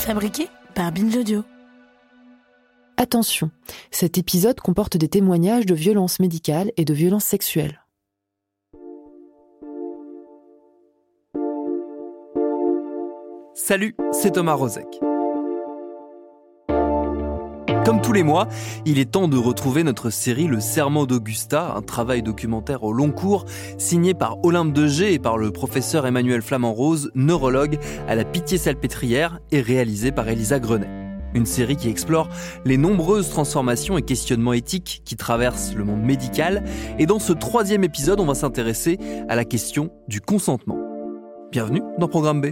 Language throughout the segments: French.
Fabriqué par Binge Audio. Attention, cet épisode comporte des témoignages de violences médicales et de violences sexuelles. Salut, c'est Thomas Rozek. Comme tous les mois, il est temps de retrouver notre série Le Serment d'Augusta, un travail documentaire au long cours signé par Olympe de G et par le professeur Emmanuel Flamand-Rose, neurologue à la Pitié-Salpêtrière et réalisé par Elisa Grenet. Une série qui explore les nombreuses transformations et questionnements éthiques qui traversent le monde médical. Et dans ce 3e épisode, on va s'intéresser à la question du consentement. Bienvenue dans Programme B.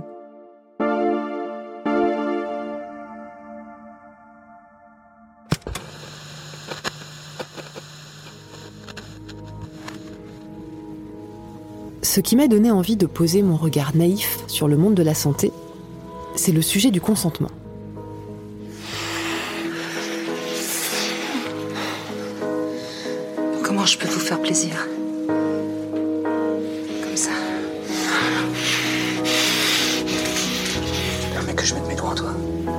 Ce qui m'a donné envie de poser mon regard naïf sur le monde de la santé, c'est le sujet du consentement. Comment je peux vous faire plaisir ? Comme ça. Tu permets que je mette mes doigts en toi ?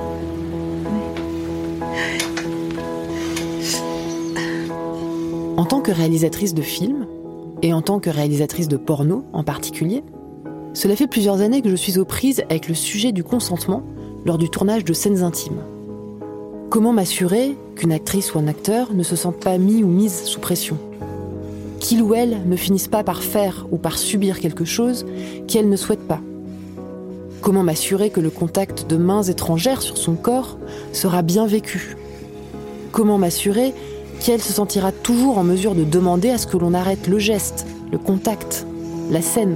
En tant que réalisatrice de films, et en tant que réalisatrice de porno en particulier, cela fait plusieurs années que je suis aux prises avec le sujet du consentement lors du tournage de scènes intimes. Comment m'assurer qu'une actrice ou un acteur ne se sente pas mis ou mise sous pression ? Qu'il ou elle ne finisse pas par faire ou par subir quelque chose qu'elle ne souhaite pas ? Comment m'assurer que le contact de mains étrangères sur son corps sera bien vécu ? Comment m'assurer qu'elle se sentira toujours en mesure de demander à ce que l'on arrête le geste, le contact, la scène.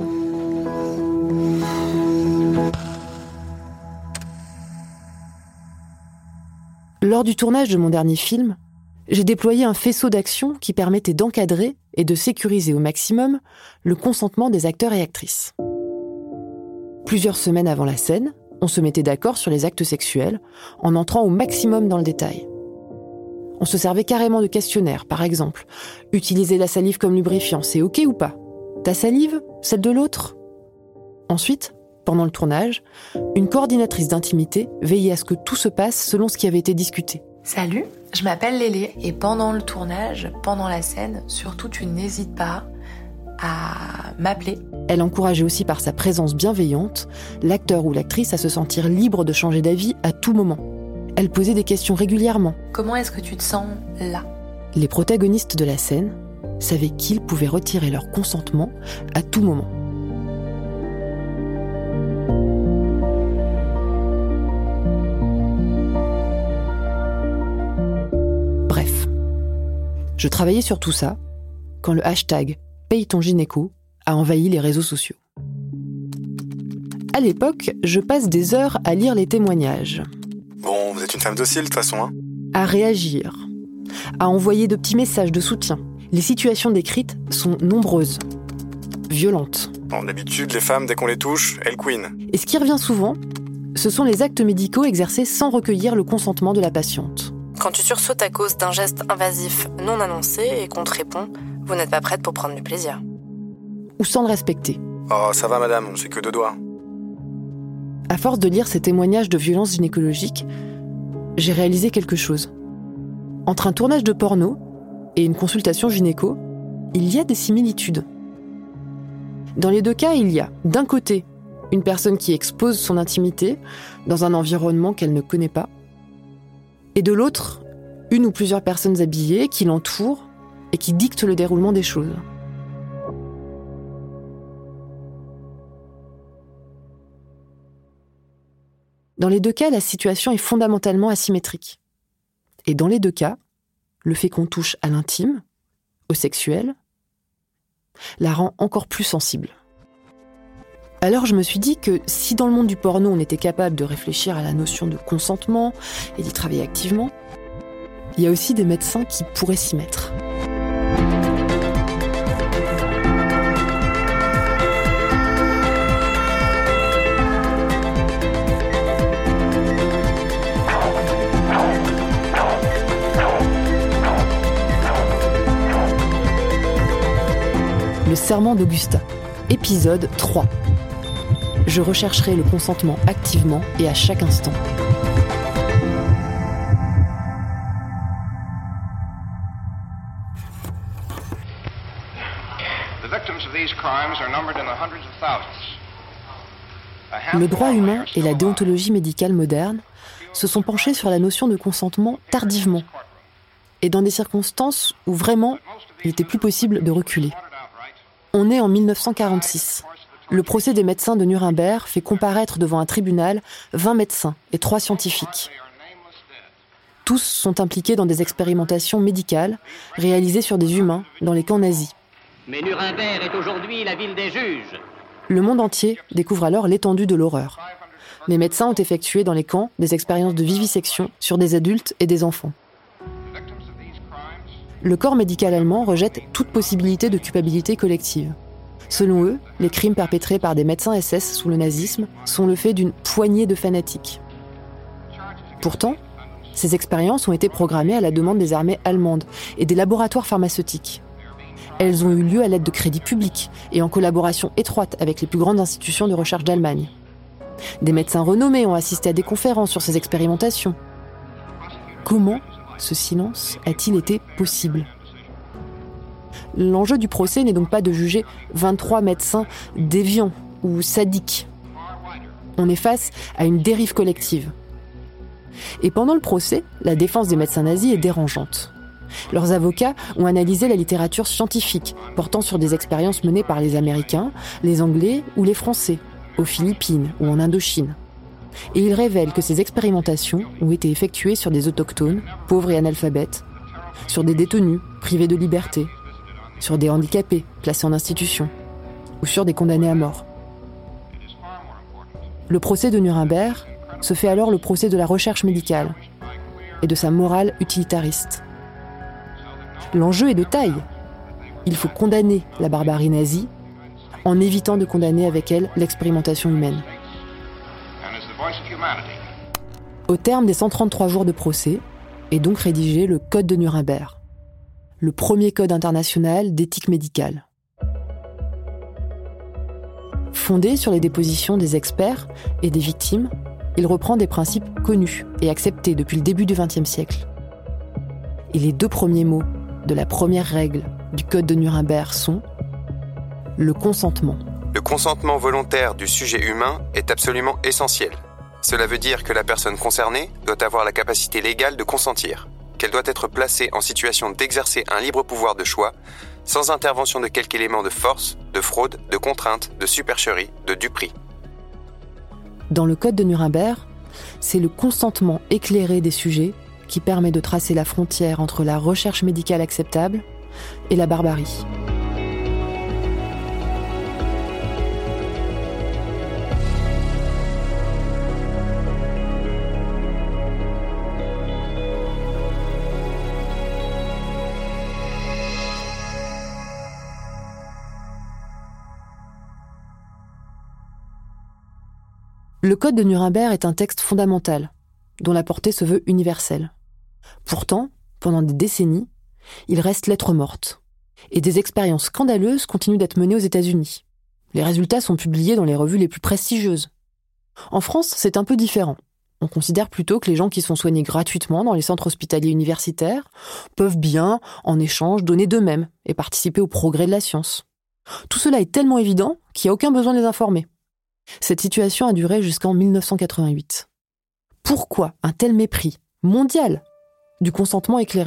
Lors du tournage de mon dernier film, j'ai déployé un faisceau d'action qui permettait d'encadrer et de sécuriser au maximum le consentement des acteurs et actrices. Plusieurs semaines avant la scène, on se mettait d'accord sur les actes sexuels en entrant au maximum dans le détail. On se servait carrément de questionnaires, par exemple. Utiliser la salive comme lubrifiant, c'est OK ou pas ? Ta salive ? Celle de l'autre ? Ensuite, pendant le tournage, une coordinatrice d'intimité veillait à ce que tout se passe selon ce qui avait été discuté. Salut, je m'appelle Lélé et pendant le tournage, pendant la scène, surtout tu n'hésites pas à m'appeler. Elle encourageait aussi par sa présence bienveillante l'acteur ou l'actrice à se sentir libre de changer d'avis à tout moment. Elle posait des questions régulièrement. Comment est-ce que tu te sens là ? Les protagonistes de la scène savaient qu'ils pouvaient retirer leur consentement à tout moment. Bref, je travaillais sur tout ça quand le hashtag Paye ton gynéco a envahi les réseaux sociaux. À l'époque, je passe des heures à lire les témoignages. Bon, vous êtes une femme docile de toute façon, hein ? À réagir, à envoyer de petits messages de soutien. Les situations décrites sont nombreuses, violentes. Bon, d'habitude, les femmes, dès qu'on les touche, elles couinent. Et ce qui revient souvent, ce sont les actes médicaux exercés sans recueillir le consentement de la patiente. Quand tu sursautes à cause d'un geste invasif non annoncé et qu'on te répond « Vous n'êtes pas prête pour prendre du plaisir ». Ou sans le respecter. Oh, ça va madame, c'est que 2 doigts. À force de lire ces témoignages de violences gynécologiques, j'ai réalisé quelque chose. Entre un tournage de porno et une consultation gynéco, il y a des similitudes. Dans les 2 cas, il y a, d'un côté, une personne qui expose son intimité dans un environnement qu'elle ne connaît pas, et de l'autre, une ou plusieurs personnes habillées qui l'entourent et qui dictent le déroulement des choses. Dans les 2 cas, la situation est fondamentalement asymétrique. Et dans les 2 cas, le fait qu'on touche à l'intime, au sexuel, la rend encore plus sensible. Alors je me suis dit que si dans le monde du porno on était capable de réfléchir à la notion de consentement et d'y travailler activement, il y a aussi des médecins qui pourraient s'y mettre. Le Serment d'Augusta, épisode 3. Je rechercherai le consentement activement et à chaque instant. Le droit humain et la déontologie médicale moderne se sont penchés sur la notion de consentement tardivement et dans des circonstances où vraiment il n'était plus possible de reculer. On est en 1946. Le procès des médecins de Nuremberg fait comparaître devant un tribunal 20 médecins et 3 scientifiques. Tous sont impliqués dans des expérimentations médicales réalisées sur des humains dans les camps nazis. Mais Nuremberg est aujourd'hui la ville des juges. Le monde entier découvre alors l'étendue de l'horreur. Les médecins ont effectué dans les camps des expériences de vivisection sur des adultes et des enfants. Le corps médical allemand rejette toute possibilité de culpabilité collective. Selon eux, les crimes perpétrés par des médecins SS sous le nazisme sont le fait d'une poignée de fanatiques. Pourtant, ces expériences ont été programmées à la demande des armées allemandes et des laboratoires pharmaceutiques. Elles ont eu lieu à l'aide de crédits publics et en collaboration étroite avec les plus grandes institutions de recherche d'Allemagne. Des médecins renommés ont assisté à des conférences sur ces expérimentations. Comment ce silence a-t-il été possible ? L'enjeu du procès n'est donc pas de juger 23 médecins déviants ou sadiques. On est face à une dérive collective. Et pendant le procès, la défense des médecins nazis est dérangeante. Leurs avocats ont analysé la littérature scientifique portant sur des expériences menées par les Américains, les Anglais ou les Français, aux Philippines ou en Indochine. Et ils révèlent que ces expérimentations ont été effectuées sur des autochtones, pauvres et analphabètes, sur des détenus privés de liberté, sur des handicapés placés en institution, ou sur des condamnés à mort. Le procès de Nuremberg se fait alors le procès de la recherche médicale et de sa morale utilitariste. L'enjeu est de taille. Il faut condamner la barbarie nazie en évitant de condamner avec elle l'expérimentation humaine. Au terme des 133 jours de procès est donc rédigé le Code de Nuremberg, le premier code international d'éthique médicale. Fondé sur les dépositions des experts et des victimes, il reprend des principes connus et acceptés depuis le début du XXe siècle. Et les 2 premiers mots de la première règle du Code de Nuremberg sont le consentement. Le consentement volontaire du sujet humain est absolument essentiel. Cela veut dire que la personne concernée doit avoir la capacité légale de consentir, qu'elle doit être placée en situation d'exercer un libre pouvoir de choix, sans intervention de quelque élément de force, de fraude, de contrainte, de supercherie, de duperie. Dans le Code de Nuremberg, c'est le consentement éclairé des sujets qui permet de tracer la frontière entre la recherche médicale acceptable et la barbarie. Le Code de Nuremberg est un texte fondamental, dont la portée se veut universelle. Pourtant, pendant des décennies, il reste lettre morte. Et des expériences scandaleuses continuent d'être menées aux États-Unis. Les résultats sont publiés dans les revues les plus prestigieuses. En France, c'est un peu différent. On considère plutôt que les gens qui sont soignés gratuitement dans les centres hospitaliers universitaires peuvent bien, en échange, donner d'eux-mêmes et participer au progrès de la science. Tout cela est tellement évident qu'il n'y a aucun besoin de les informer. Cette situation a duré jusqu'en 1988. Pourquoi un tel mépris mondial du consentement éclairé ?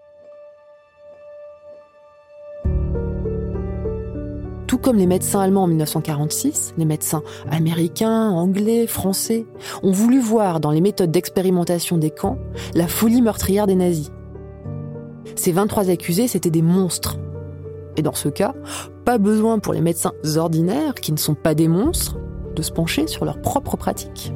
Tout comme les médecins allemands en 1946, les médecins américains, anglais, français ont voulu voir dans les méthodes d'expérimentation des camps la folie meurtrière des nazis. Ces 23 accusés, c'étaient des monstres. Et dans ce cas, pas besoin pour les médecins ordinaires, qui ne sont pas des monstres, de se pencher sur leurs propres pratiques.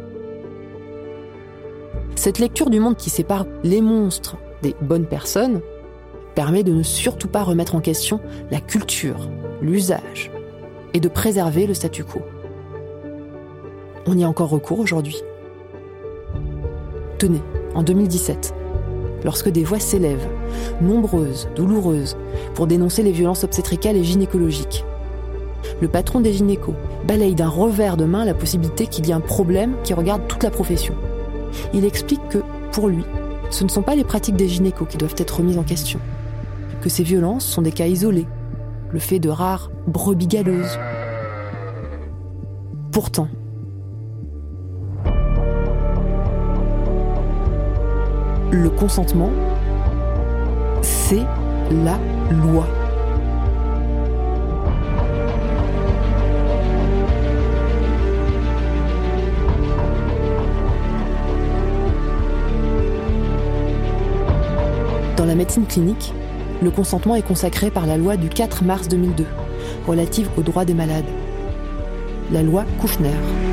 Cette lecture du monde qui sépare les monstres des bonnes personnes permet de ne surtout pas remettre en question la culture, l'usage, et de préserver le statu quo. On y a encore recours aujourd'hui. Tenez, en 2017, lorsque des voix s'élèvent, nombreuses, douloureuses, pour dénoncer les violences obstétricales et gynécologiques, le patron des gynécos balaye d'un revers de main la possibilité qu'il y ait un problème qui regarde toute la profession. Il explique que, pour lui, ce ne sont pas les pratiques des gynécos qui doivent être remises en question, que ces violences sont des cas isolés, le fait de rares brebis galeuses. Pourtant, le consentement, c'est la loi. Dans la médecine clinique, le consentement est consacré par la loi du 4 mars 2002, relative aux droits des malades. La loi Kouchner.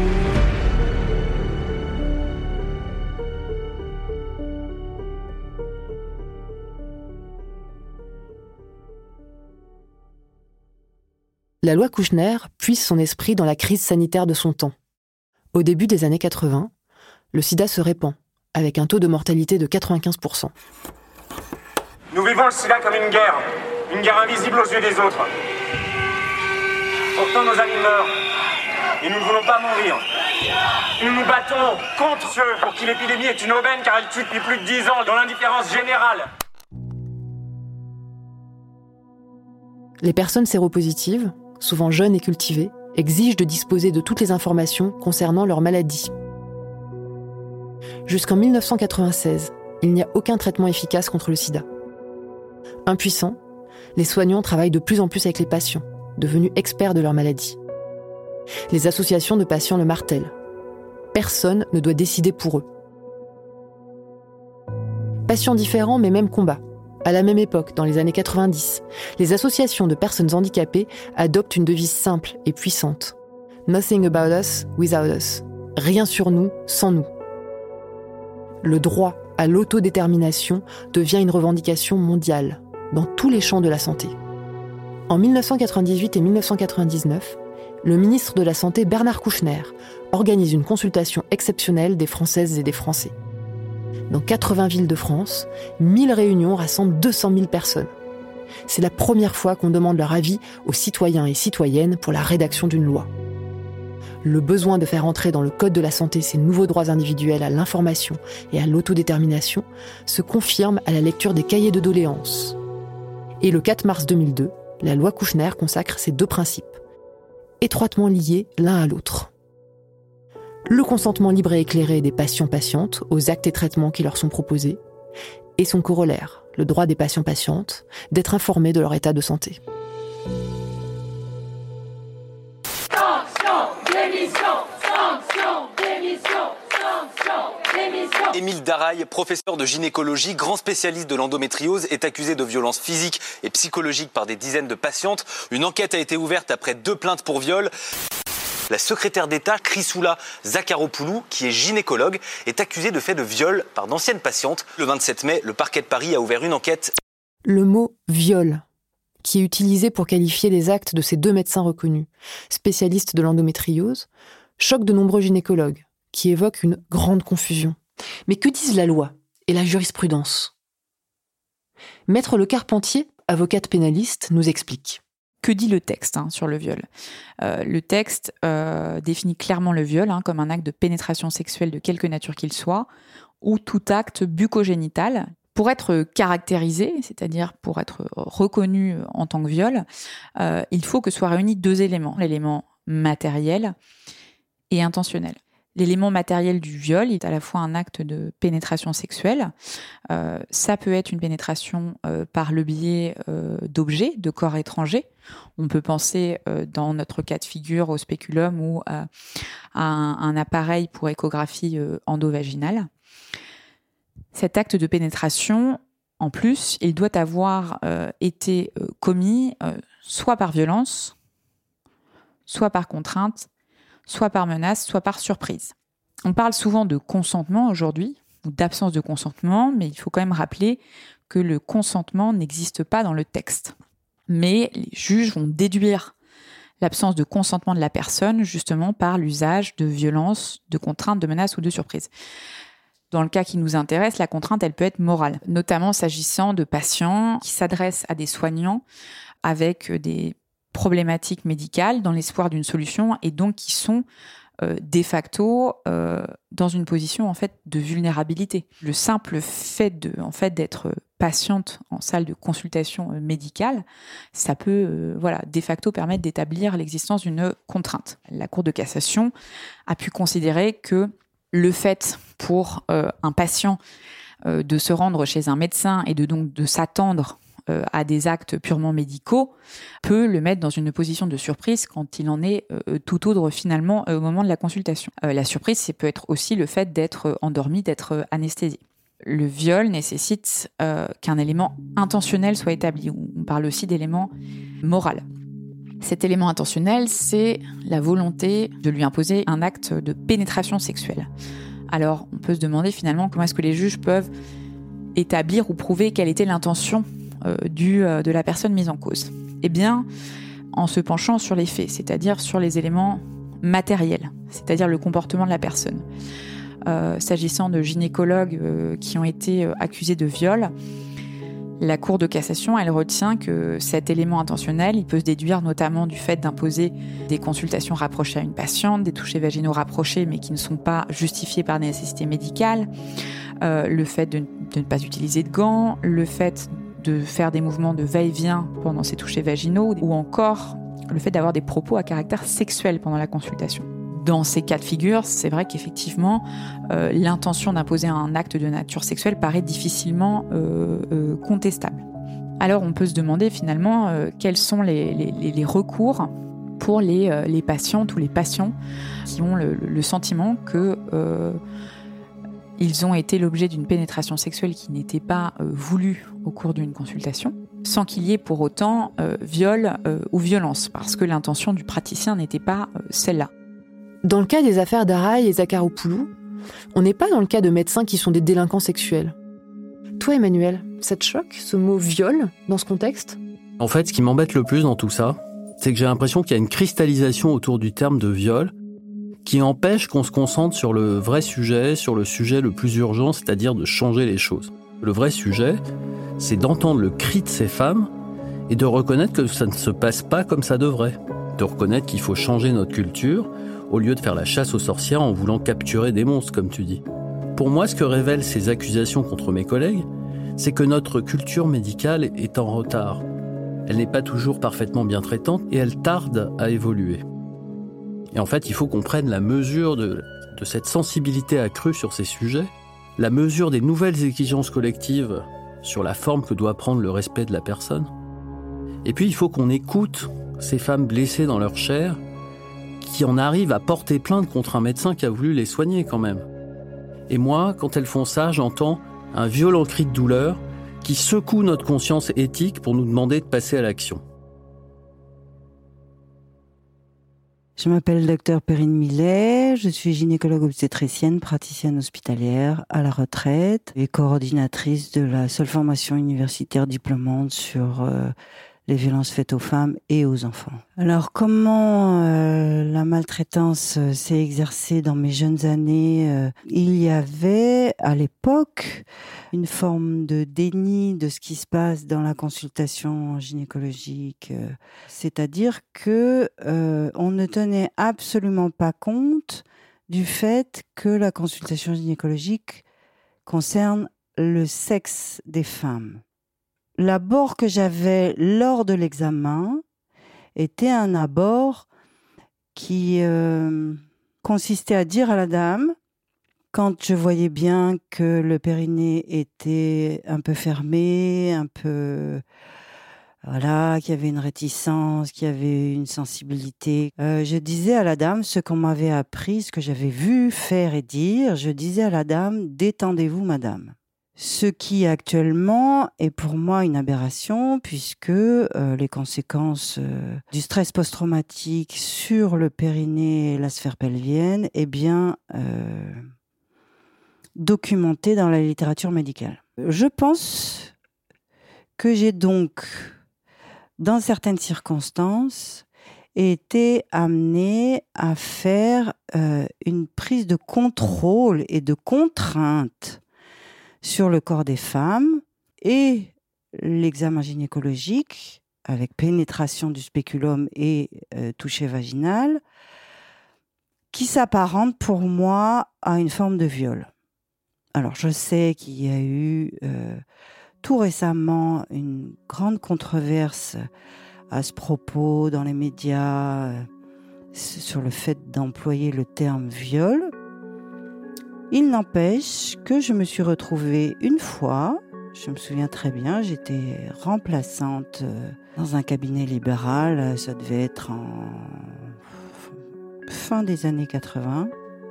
La loi Kouchner puise son esprit dans la crise sanitaire de son temps. Au début des années 80, le sida se répand, avec un taux de mortalité de 95%. Nous vivons le sida comme une guerre invisible aux yeux des autres. Pourtant nos amis meurent, et nous ne voulons pas mourir. Nous nous battons contre ceux pour qui l'épidémie est une aubaine car elle tue depuis plus de 10 ans dans l'indifférence générale. Les personnes séropositives, souvent jeunes et cultivées, exigent de disposer de toutes les informations concernant leur maladie. Jusqu'en 1996, il n'y a aucun traitement efficace contre le sida. Impuissants, les soignants travaillent de plus en plus avec les patients, devenus experts de leur maladie. Les associations de patients le martèlent. Personne ne doit décider pour eux. Patients différents mais même combat. À la même époque, dans les années 90, les associations de personnes handicapées adoptent une devise simple et puissante. Nothing about us without us. Rien sur nous sans nous. Le droit à l'autodétermination devient une revendication mondiale, dans tous les champs de la santé. En 1998 et 1999, le ministre de la Santé Bernard Kouchner organise une consultation exceptionnelle des Françaises et des Français. Dans 80 villes de France, 1000 réunions rassemblent 200 000 personnes. C'est la première fois qu'on demande leur avis aux citoyens et citoyennes pour la rédaction d'une loi. Le besoin de faire entrer dans le Code de la santé ces nouveaux droits individuels à l'information et à l'autodétermination se confirme à la lecture des cahiers de doléances. Et le 4 mars 2002, la loi Kouchner consacre ces deux principes, étroitement liés l'un à l'autre. Le consentement libre et éclairé des patients-patientes aux actes et traitements qui leur sont proposés, et son corollaire, le droit des patients-patientes d'être informés de leur état de santé. Émile Daraille, professeur de gynécologie, grand spécialiste de l'endométriose, est accusé de violences physiques et psychologiques par des dizaines de patientes. Une enquête a été ouverte après 2 plaintes pour viol. La secrétaire d'État, Chrysoula Zakharopoulou, qui est gynécologue, est accusée de faits de viol par d'anciennes patientes. Le 27 mai, le parquet de Paris a ouvert une enquête. Le mot « viol », qui est utilisé pour qualifier les actes de ces 2 médecins reconnus, spécialistes de l'endométriose, choque de nombreux gynécologues, qui évoquent une grande confusion. Mais que disent la loi et la jurisprudence ? Maître Le Carpentier, avocate pénaliste, nous explique. Que dit le texte sur le viol ? Le texte définit clairement le viol comme un acte de pénétration sexuelle de quelque nature qu'il soit, ou tout acte bucco-génital. Pour être caractérisé, c'est-à-dire pour être reconnu en tant que viol, il faut que soient réunis 2 éléments, l'élément matériel et intentionnel. L'élément matériel du viol est à la fois un acte de pénétration sexuelle. Ça peut être une pénétration par le biais d'objets, de corps étrangers. On peut penser, dans notre cas de figure, au spéculum ou à un appareil pour échographie endovaginale. Cet acte de pénétration, en plus, il doit avoir été commis soit par violence, soit par contrainte, soit par menace, soit par surprise. On parle souvent de consentement aujourd'hui, ou d'absence de consentement, mais il faut quand même rappeler que le consentement n'existe pas dans le texte. Mais les juges vont déduire l'absence de consentement de la personne justement par l'usage de violences, de contraintes, de menaces ou de surprises. Dans le cas qui nous intéresse, la contrainte, elle peut être morale, notamment s'agissant de patients qui s'adressent à des soignants avec des problématiques médicales dans l'espoir d'une solution et donc qui sont de facto dans une position en fait de vulnérabilité. Le simple fait d'être patiente en salle de consultation médicale, ça peut de facto permettre d'établir l'existence d'une contrainte. La Cour de cassation a pu considérer que le fait pour un patient de se rendre chez un médecin et de s'attendre à des actes purement médicaux peut le mettre dans une position de surprise quand il en est tout autre finalement au moment de la consultation. La surprise, ça peut être aussi le fait d'être endormi, d'être anesthésié. Le viol nécessite qu'un élément intentionnel soit établi. On parle aussi d'élément moral. Cet élément intentionnel, c'est la volonté de lui imposer un acte de pénétration sexuelle. Alors, on peut se demander finalement comment est-ce que les juges peuvent établir ou prouver quelle était l'intention de la personne mise en cause. Eh bien, en se penchant sur les faits, c'est-à-dire sur les éléments matériels, c'est-à-dire le comportement de la personne. S'agissant de gynécologues qui ont été accusés de viol, la Cour de cassation, elle retient que cet élément intentionnel, il peut se déduire notamment du fait d'imposer des consultations rapprochées à une patiente, des touchés vaginaux rapprochés mais qui ne sont pas justifiés par des nécessités médicales, le fait de ne pas utiliser de gants, le fait de faire des mouvements de va-et-vient pendant ces touchés vaginaux, ou encore le fait d'avoir des propos à caractère sexuel pendant la consultation. Dans ces cas de figure, c'est vrai qu'effectivement, l'intention d'imposer un acte de nature sexuelle paraît difficilement contestable. Alors on peut se demander finalement quels sont les recours pour les patientes ou les patients qui ont le sentiment que ils ont été l'objet d'une pénétration sexuelle qui n'était pas voulue au cours d'une consultation, sans qu'il y ait pour autant viol ou violence, parce que l'intention du praticien n'était pas celle-là. Dans le cas des affaires Daraï et Zakharopoulou, on n'est pas dans le cas de médecins qui sont des délinquants sexuels. Toi, Emmanuel, ça te choque, ce mot viol, dans ce contexte ? En fait, ce qui m'embête le plus dans tout ça, c'est que j'ai l'impression qu'il y a une cristallisation autour du terme de viol qui empêche qu'on se concentre sur le vrai sujet, sur le sujet le plus urgent, c'est-à-dire de changer les choses. Le vrai sujet, c'est d'entendre le cri de ces femmes et de reconnaître que ça ne se passe pas comme ça devrait. De reconnaître qu'il faut changer notre culture au lieu de faire la chasse aux sorcières en voulant capturer des monstres, comme tu dis. Pour moi, ce que révèlent ces accusations contre mes collègues, c'est que notre culture médicale est en retard. Elle n'est pas toujours parfaitement bien traitante et elle tarde à évoluer. Et en fait, il faut qu'on prenne la mesure de cette sensibilité accrue sur ces sujets, la mesure des nouvelles exigences collectives sur la forme que doit prendre le respect de la personne. Et puis, il faut qu'on écoute ces femmes blessées dans leur chair qui en arrivent à porter plainte contre un médecin qui a voulu les soigner quand même. Et moi, quand elles font ça, j'entends un violent cri de douleur qui secoue notre conscience éthique pour nous demander de passer à l'action. Je m'appelle Dr Perrine Millet, je suis gynécologue obstétricienne, praticienne hospitalière à la retraite et coordinatrice de la seule formation universitaire diplômante sur les violences faites aux femmes et aux enfants. Alors comment la maltraitance s'est exercée dans mes jeunes années il y avait à l'époque une forme de déni de ce qui se passe dans la consultation gynécologique, c'est-à-dire que on ne tenait absolument pas compte du fait que la consultation gynécologique concerne le sexe des femmes. L'abord que j'avais lors de l'examen était un abord qui consistait à dire à la dame, quand je voyais bien que le périnée était un peu fermé, un peu... Voilà, qu'il y avait une réticence, qu'il y avait une sensibilité. Je disais à la dame ce qu'on m'avait appris, ce que j'avais vu faire et dire. Je disais à la dame, détendez-vous, madame. Ce qui actuellement est pour moi une aberration puisque les conséquences du stress post-traumatique sur le périnée et la sphère pelvienne est bien documentée dans la littérature médicale. Je pense que j'ai donc, dans certaines circonstances, été amenée à faire une prise de contrôle et de contrainte sur le corps des femmes et l'examen gynécologique avec pénétration du spéculum et toucher vaginal qui s'apparente pour moi à une forme de viol. Alors je sais qu'il y a eu tout récemment une grande controverse à ce propos dans les médias sur le fait d'employer le terme viol. Il n'empêche que je me suis retrouvée une fois, je me souviens très bien, j'étais remplaçante dans un cabinet libéral, ça devait être en fin des années 80.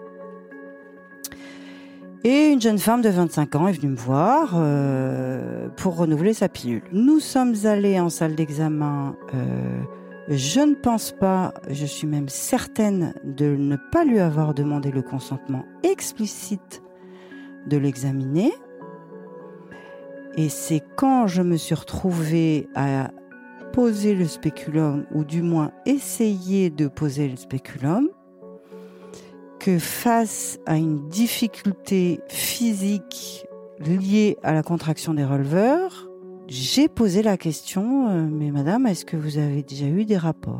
Et une jeune femme de 25 ans est venue me voir pour renouveler sa pilule. Nous sommes allés en salle d'examen. Je ne pense pas, je suis même certaine de ne pas lui avoir demandé le consentement explicite de l'examiner. Et c'est quand je me suis retrouvée à poser le spéculum, ou du moins essayer de poser le spéculum, que face à une difficulté physique liée à la contraction des releveurs, j'ai posé la question, mais madame, est-ce que vous avez déjà eu des rapports ?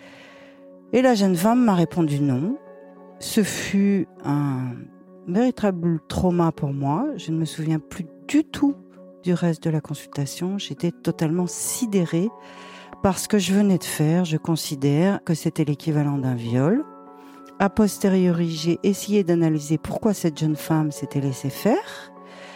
Et la jeune femme m'a répondu non. Ce fut un véritable trauma pour moi. Je ne me souviens plus du tout du reste de la consultation. J'étais totalement sidérée par ce que je venais de faire. Je considère que c'était l'équivalent d'un viol. A posteriori, j'ai essayé d'analyser pourquoi cette jeune femme s'était laissée faire.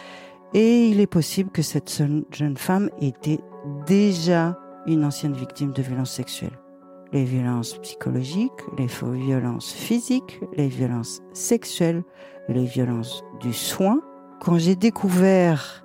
Et il est possible que cette jeune femme était déjà une ancienne victime de violences sexuelles. Les violences psychologiques, les violences physiques, les violences sexuelles, les violences du soin. Quand j'ai découvert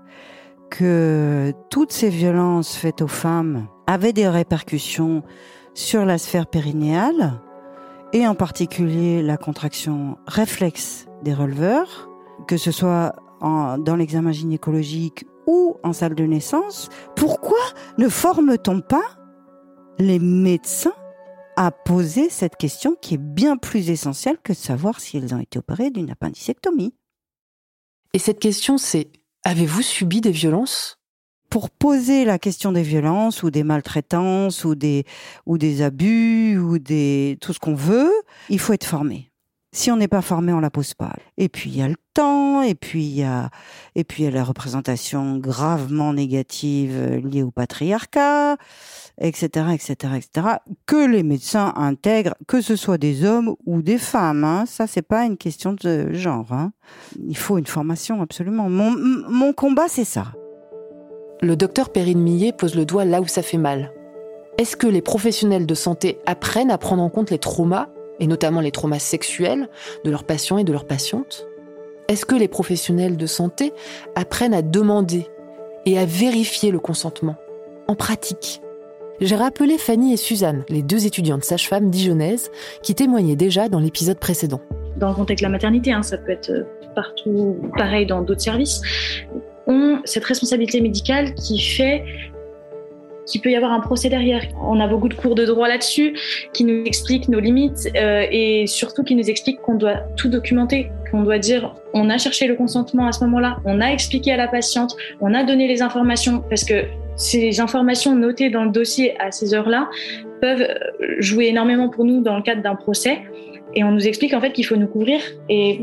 que toutes ces violences faites aux femmes avaient des répercussions sur la sphère périnéale, et en particulier la contraction réflexe des releveurs, que ce soit dans l'examen gynécologique ou en salle de naissance, pourquoi ne forme-t-on pas les médecins à poser cette question qui est bien plus essentielle que de savoir si elles ont été opérées d'une appendicectomie ? Et cette question, c'est « Avez-vous subi des violences ?» Pour poser la question des violences ou des maltraitances ou des abus ou tout ce qu'on veut, il faut être formé. Si on n'est pas formé, on la pose pas. Et puis il y a le temps, et puis il y a la représentation gravement négative liée au patriarcat, etc., etc., etc. Que les médecins intègrent, que ce soit des hommes ou des femmes. Hein. Ça, c'est pas une question de genre. Hein. Il faut une formation absolument. Mon combat, c'est ça. Le docteur Perrine Millet pose le doigt là où ça fait mal. Est-ce que les professionnels de santé apprennent à prendre en compte les traumas, et notamment les traumas sexuels, de leurs patients et de leurs patientes ? Est-ce que les professionnels de santé apprennent à demander et à vérifier le consentement, en pratique ? J'ai rappelé Fanny et Suzanne, les 2 étudiantes sages-femmes dijonnaises, qui témoignaient déjà dans l'épisode précédent. Dans le contexte de la maternité, ça peut être partout pareil dans d'autres services, ont cette responsabilité médicale qui fait qu'il peut y avoir un procès derrière. On a beaucoup de cours de droit là-dessus qui nous expliquent nos limites et surtout qui nous expliquent qu'on doit tout documenter, qu'on doit dire on a cherché le consentement à ce moment-là, on a expliqué à la patiente, on a donné les informations parce que ces informations notées dans le dossier à ces heures-là peuvent jouer énormément pour nous dans le cadre d'un procès et on nous explique en fait qu'il faut nous couvrir et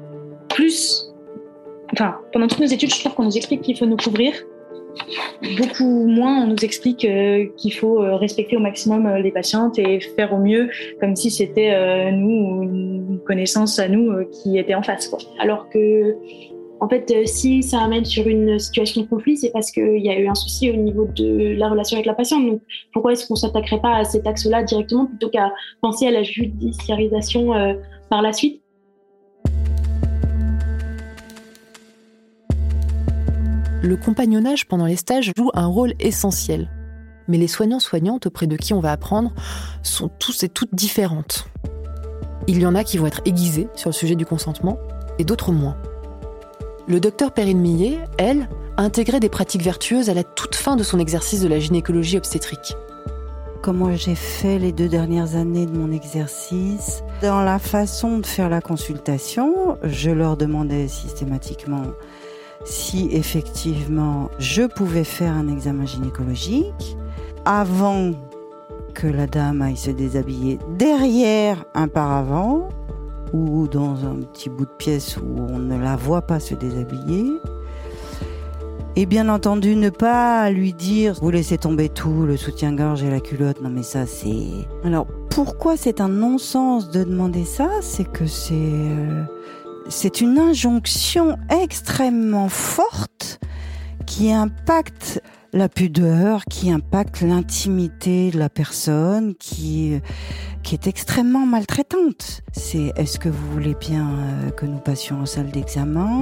pendant toutes nos études, je trouve qu'on nous explique qu'il faut nous couvrir. Beaucoup moins, on nous explique qu'il faut respecter au maximum les patientes et faire au mieux, comme si c'était nous ou une connaissance à nous qui était en face, quoi. Alors que, en fait, si ça amène sur une situation de conflit, c'est parce qu'il y a eu un souci au niveau de la relation avec la patiente. Donc, pourquoi est-ce qu'on ne s'attaquerait pas à cet axe-là directement plutôt qu'à penser à la judiciarisation par la suite ? Le compagnonnage pendant les stages joue un rôle essentiel. Mais les soignants-soignantes auprès de qui on va apprendre sont tous et toutes différentes. Il y en a qui vont être aiguisés sur le sujet du consentement et d'autres moins. Le docteur Perrine Millet, elle, a intégré des pratiques vertueuses à la toute fin de son exercice de la gynécologie obstétrique. Comment j'ai fait les 2 dernières années de mon exercice ? Dans la façon de faire la consultation, je leur demandais systématiquement si effectivement je pouvais faire un examen gynécologique avant que la dame aille se déshabiller derrière un paravent ou dans un petit bout de pièce où on ne la voit pas se déshabiller. Et bien entendu, ne pas lui dire « vous laissez tomber tout, le soutien-gorge et la culotte ». Non mais ça, c'est... Alors, pourquoi c'est un non-sens de demander ça ? C'est que c'est une injonction extrêmement forte qui impacte la pudeur, qui impacte l'intimité de la personne, qui est extrêmement maltraitante. C'est « est-ce que vous voulez bien que nous passions en salle d'examen ?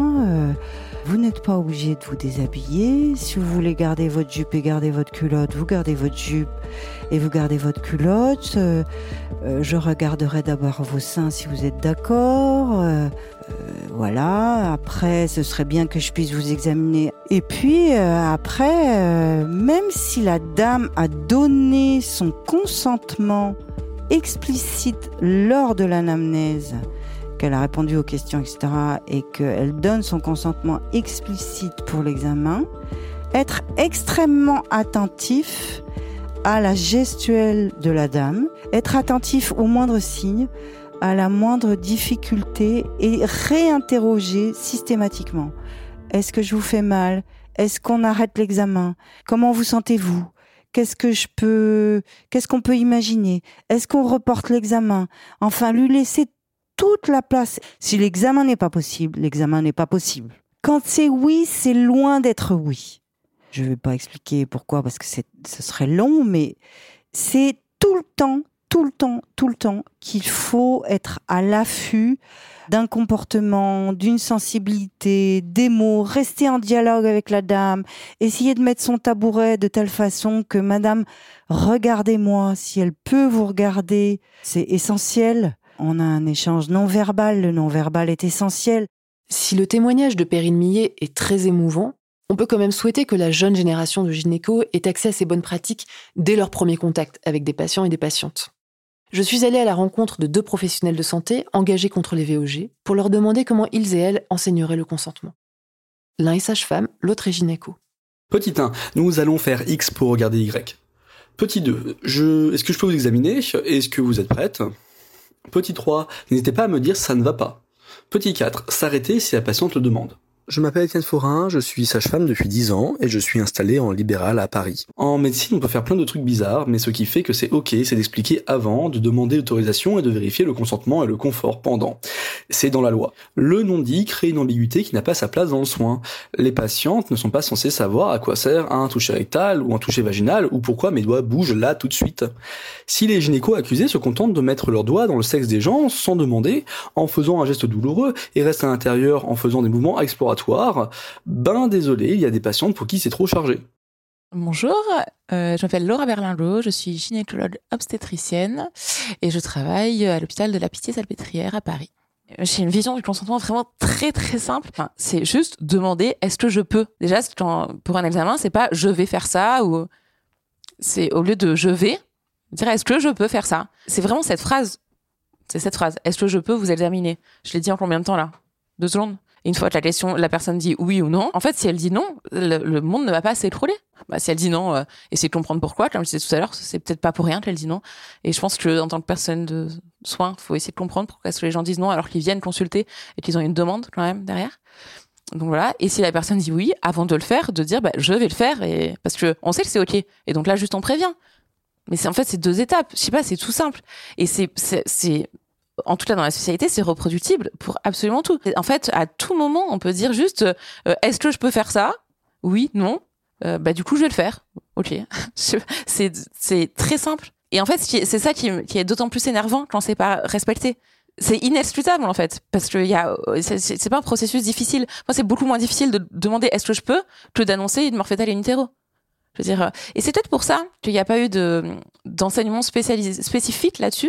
Vous n'êtes pas obligé de vous déshabiller. Si vous voulez garder votre jupe et garder votre culotte, vous gardez votre jupe et vous gardez votre culotte. Je regarderai d'abord vos seins si vous êtes d'accord. Voilà, après, ce serait bien que je puisse vous examiner. Et puis, après, même si la dame a donné son consentement explicite lors de l'anamnèse, qu'elle a répondu aux questions, etc., et qu'elle donne son consentement explicite pour l'examen, être extrêmement attentif à la gestuelle de la dame, être attentif au moindre signe, à la moindre difficulté et réinterroger systématiquement. Est-ce que je vous fais mal ? Est-ce qu'on arrête l'examen ? Comment vous sentez-vous ? Qu'est-ce qu'on peut imaginer ? Est-ce qu'on reporte l'examen ? Enfin, lui laisser toute la place. Si l'examen n'est pas possible, l'examen n'est pas possible. Quand c'est oui, c'est loin d'être oui. Je ne vais pas expliquer pourquoi, parce que ce serait long, mais c'est tout le temps qu'il faut être à l'affût d'un comportement, d'une sensibilité, des mots, rester en dialogue avec la dame, essayer de mettre son tabouret de telle façon que madame, regardez-moi, si elle peut vous regarder, c'est essentiel. On a un échange non-verbal, le non-verbal est essentiel. Si le témoignage de Perrine Millet est très émouvant, on peut quand même souhaiter que la jeune génération de gynécos ait accès à ces bonnes pratiques dès leur premier contact avec des patients et des patientes. Je suis allée à la rencontre de 2 professionnels de santé engagés contre les VOG pour leur demander comment ils et elles enseigneraient le consentement. L'un est sage-femme, l'autre est gynéco. Petit 1, nous allons faire X pour regarder Y. Petit 2, est-ce que je peux vous examiner ? Est-ce que vous êtes prête ? Petit 3, n'hésitez pas à me dire si ça ne va pas. Petit 4, s'arrêter si la patiente le demande. Je m'appelle Étienne Forin, je suis sage-femme depuis 10 ans et je suis installé en libéral à Paris. En médecine, on peut faire plein de trucs bizarres, mais ce qui fait que c'est ok, c'est d'expliquer avant, de demander l'autorisation et de vérifier le consentement et le confort pendant. C'est dans la loi. Le non-dit crée une ambiguïté qui n'a pas sa place dans le soin. Les patientes ne sont pas censées savoir à quoi sert un toucher rectal ou un toucher vaginal ou pourquoi mes doigts bougent là tout de suite. Si les gynécos accusés se contentent de mettre leurs doigts dans le sexe des gens sans demander, en faisant un geste douloureux et restent à l'intérieur en faisant des mouvements exploratoires, désolé, il y a des patientes pour qui c'est trop chargé. Bonjour, je m'appelle Laura Berlingot, je suis gynécologue obstétricienne et je travaille à l'hôpital de la Pitié-Salpêtrière à Paris. J'ai une vision du consentement vraiment très très simple. Enfin, c'est juste demander est-ce que je peux. Déjà, pour un examen, c'est pas je vais faire ça ou c'est au lieu de je vais dire est-ce que je peux faire ça. C'est vraiment cette phrase. C'est cette phrase. Est-ce que je peux vous examiner ? Je l'ai dit en combien de temps là ? 2 secondes ? Et une fois que la personne dit oui ou non, en fait, si elle dit non, le monde ne va pas s'écrouler. Si elle dit non, essayez de comprendre pourquoi. Comme je disais tout à l'heure, c'est peut-être pas pour rien qu'elle dit non. Et je pense que en tant que personne de soin, faut essayer de comprendre pourquoi est-ce que les gens disent non alors qu'ils viennent consulter et qu'ils ont une demande quand même derrière. Donc voilà. Et si la personne dit oui, avant de le faire, de dire je vais le faire parce que on sait que c'est ok. Et donc là, juste on prévient. Mais c'est 2 étapes. Je sais pas, c'est tout simple. Et c'est en tout cas dans la spécialité, c'est reproductible pour absolument tout. En fait, à tout moment, on peut dire juste est-ce que je peux faire ça ? Oui, non. Du coup, je vais le faire. Ok. C'est très simple. Et en fait, c'est ça qui est d'autant plus énervant quand c'est pas respecté. C'est inexcusable en fait, parce que c'est pas un processus difficile. Moi, c'est beaucoup moins difficile de demander est-ce que je peux que d'annoncer une morphétale in utero. Je veux dire, et c'est peut-être pour ça qu'il n'y a pas eu d'enseignement spécifique là-dessus.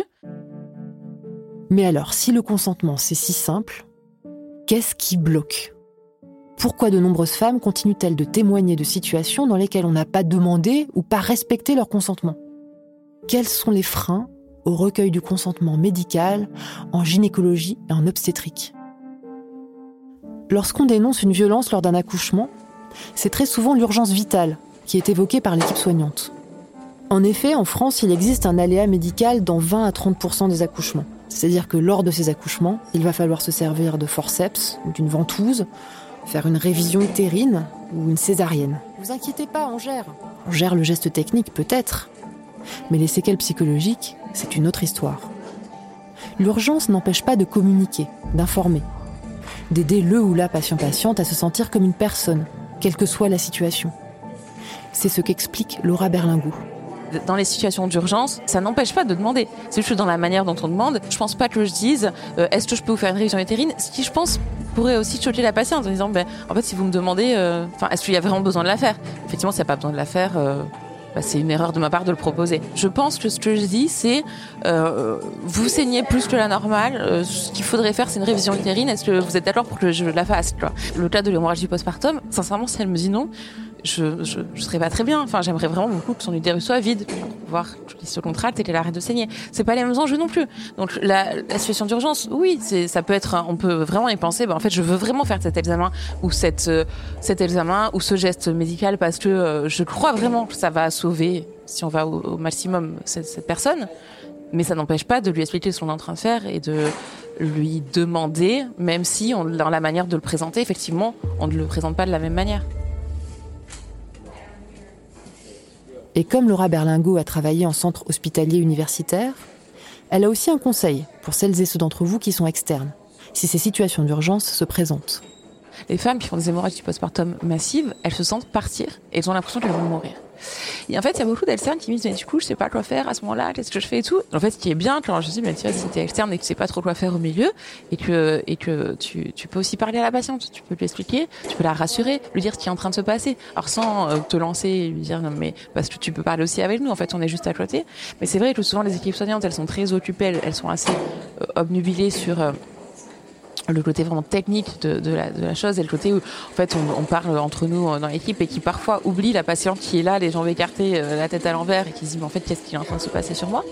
Mais alors, si le consentement, c'est si simple, qu'est-ce qui bloque ? Pourquoi de nombreuses femmes continuent-elles de témoigner de situations dans lesquelles on n'a pas demandé ou pas respecté leur consentement ? Quels sont les freins au recueil du consentement médical en gynécologie et en obstétrique ? Lorsqu'on dénonce une violence lors d'un accouchement, c'est très souvent l'urgence vitale qui est évoquée par l'équipe soignante. En effet, en France, il existe un aléa médical dans 20 à 30% des accouchements. C'est-à-dire que lors de ces accouchements, il va falloir se servir de forceps ou d'une ventouse faire une révision utérine ou une césarienne. Vous inquiétez pas, on gère. On gère le geste technique peut-être, mais les séquelles psychologiques, c'est une autre histoire. L'urgence n'empêche pas de communiquer, d'informer, d'aider le ou la patient-patiente à se sentir comme une personne, quelle que soit la situation. C'est ce qu'explique Laura Berlingot. Dans les situations d'urgence, ça n'empêche pas de demander. C'est juste dans la manière dont on demande. Je pense pas que je dise est-ce que je peux vous faire une révision utérine, ce qui je pense pourrait aussi choquer la patiente en disant en fait si vous me demandez est-ce qu'il y a vraiment besoin de la faire. Effectivement, s'il n'y a pas besoin de la faire, c'est une erreur de ma part de le proposer. Je pense que ce que je dis, c'est vous saignez plus que la normale. Ce qu'il faudrait faire, c'est une révision utérine. Est-ce que vous êtes d'accord pour que je la fasse, quoi. Le cas de l'hémorragie postpartum, sincèrement, si elle me dit non, je serais pas très bien. Enfin, j'aimerais vraiment beaucoup que son utérus soit vide pour voir qu'il se contracte et qu'elle arrête de saigner. C'est pas les mêmes enjeux non plus. Donc la situation d'urgence, oui, ça peut être. On peut vraiment y penser. En fait, je veux vraiment faire cet examen ou cet examen ou ce geste médical parce que je crois vraiment que ça va sauver, si on va au maximum, cette personne. Mais ça n'empêche pas de lui expliquer ce qu'on est en train de faire et de lui demander, même si dans la manière de le présenter, effectivement, on ne le présente pas de la même manière. Et comme Laura Berlingot a travaillé en centre hospitalier universitaire, elle a aussi un conseil pour celles et ceux d'entre vous qui sont externes, si ces situations d'urgence se présentent. Les femmes qui font des hémorragies postpartum massives, elles se sentent partir et elles ont l'impression qu'elles vont mourir. Et en fait, il y a beaucoup d'externes qui me disent mais du coup, je sais pas quoi faire à ce moment-là, qu'est-ce que je fais et tout. En fait, ce qui est bien quand je dis mais tu vois, si t'es externe et que tu sais pas trop quoi faire au milieu et que tu peux aussi parler à la patiente, tu peux lui expliquer, tu peux la rassurer, lui dire ce qui est en train de se passer. Alors sans te lancer et lui dire non mais parce que tu peux parler aussi avec nous, en fait, on est juste à côté. Mais c'est vrai que souvent les équipes soignantes, elles sont très occupées, elles sont assez obnubilées sur le côté vraiment technique de la chose et le côté où en fait on parle entre nous dans l'équipe et qui parfois oublie la patiente qui est là, les jambes écartées, la tête à l'envers et qui se dit mais en fait qu'est-ce qui est en train de se passer sur moi.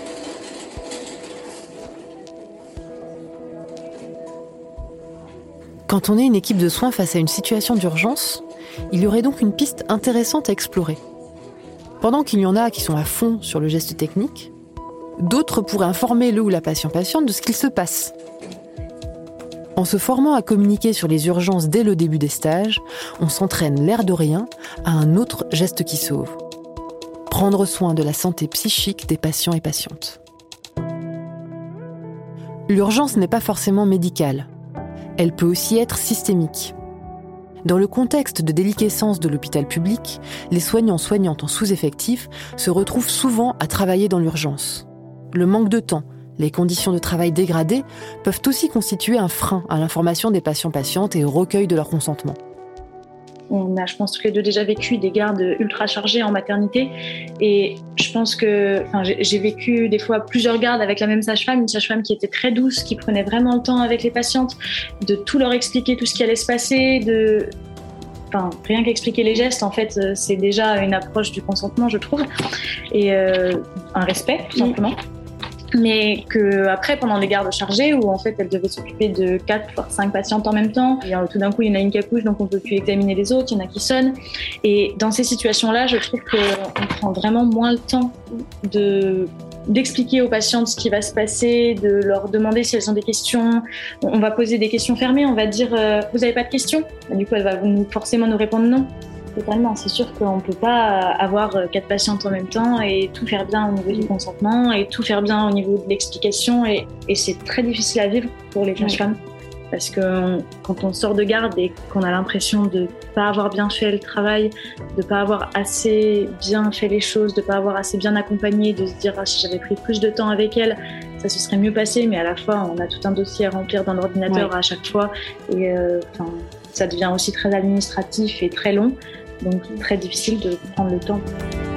Quand on est une équipe de soins face à une situation d'urgence, il y aurait donc une piste intéressante à explorer. Pendant qu'il y en a qui sont à fond sur le geste technique, d'autres pourraient informer le ou la patient-patiente de ce qu'il se passe. En se formant à communiquer sur les urgences dès le début des stages, on s'entraîne l'air de rien à un autre geste qui sauve. Prendre soin de la santé psychique des patients et patientes. L'urgence n'est pas forcément médicale. Elle peut aussi être systémique. Dans le contexte de déliquescence de l'hôpital public, les soignants-soignantes en sous-effectif se retrouvent souvent à travailler dans l'urgence. Le manque de temps, les conditions de travail dégradées peuvent aussi constituer un frein à l'information des patients-patientes et au recueil de leur consentement. On a, je pense, tous les deux déjà vécu des gardes ultra chargées en maternité. Et je pense que j'ai vécu des fois plusieurs gardes avec la même sage-femme, une sage-femme qui était très douce, qui prenait vraiment le temps avec les patientes, de tout leur expliquer, tout ce qui allait se passer, rien qu'expliquer les gestes, en fait, c'est déjà une approche du consentement, je trouve, et un respect, tout simplement. Mais qu'après, pendant les gardes chargées, où en fait elle devait s'occuper de 4 voire 5 patientes en même temps, et tout d'un coup il y en a une qui accouche, donc on ne peut plus examiner les autres, il y en a qui sonnent. Et dans ces situations-là, je trouve qu'on prend vraiment moins le temps d'expliquer aux patientes ce qui va se passer, de leur demander si elles ont des questions. On va poser des questions fermées, on va dire vous n'avez pas de questions ? Du coup, elle va forcément nous répondre non. Totalement, c'est sûr qu'on ne peut pas avoir 4 patientes en même temps et tout faire bien au niveau du consentement et tout faire bien au niveau de l'explication et c'est très difficile à vivre pour les sages-femmes parce que quand on sort de garde et qu'on a l'impression de ne pas avoir bien fait le travail, de ne pas avoir assez bien fait les choses, de ne pas avoir assez bien accompagné, de se dire si j'avais pris plus de temps avec elle, ça se serait mieux passé, mais à la fois on a tout un dossier à remplir dans l'ordinateur à chaque fois et ça devient aussi très administratif et très long. Donc très difficile de prendre le temps.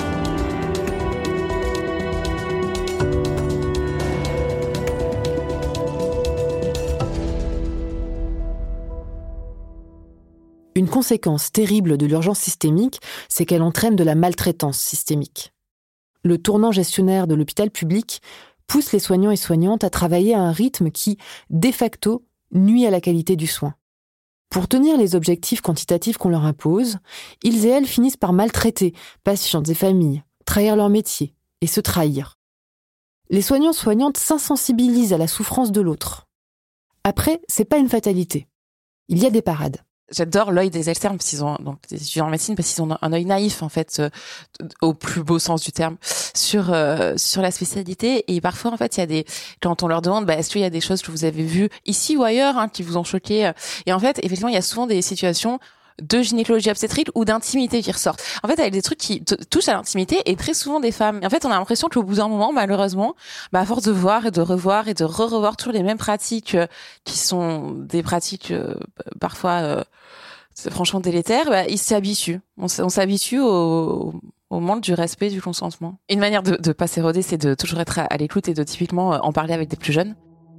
Une conséquence terrible de l'urgence systémique, c'est qu'elle entraîne de la maltraitance systémique. Le tournant gestionnaire de l'hôpital public pousse les soignants et soignantes à travailler à un rythme qui, de facto, nuit à la qualité du soin. Pour tenir les objectifs quantitatifs qu'on leur impose, ils et elles finissent par maltraiter patientes et familles, trahir leur métier et se trahir. Les soignants-soignantes s'insensibilisent à la souffrance de l'autre. Après, c'est pas une fatalité. Il y a des parades. J'adore l'œil des externes, parce qu'ils ont, donc des étudiants en médecine, parce qu'ils ont un œil naïf, en fait, au plus beau sens du terme, sur la spécialité. Et parfois, en fait, il y a quand on leur demande, est-ce qu'il y a des choses que vous avez vues ici ou ailleurs, qui vous ont choqué? Et en fait, effectivement, il y a souvent des situations de gynécologie obstétrique ou d'intimité qui ressortent. En fait, avec des trucs qui touchent à l'intimité et très souvent des femmes. Et en fait, on a l'impression qu'au bout d'un moment, malheureusement, à force de voir et de revoir et de revoir toujours les mêmes pratiques qui sont des pratiques parfois franchement délétères, ils s'habituent. On s'habitue au manque du respect du consentement. Une manière de pas s'éroder, c'est de toujours être à l'écoute et de typiquement en parler avec des plus jeunes.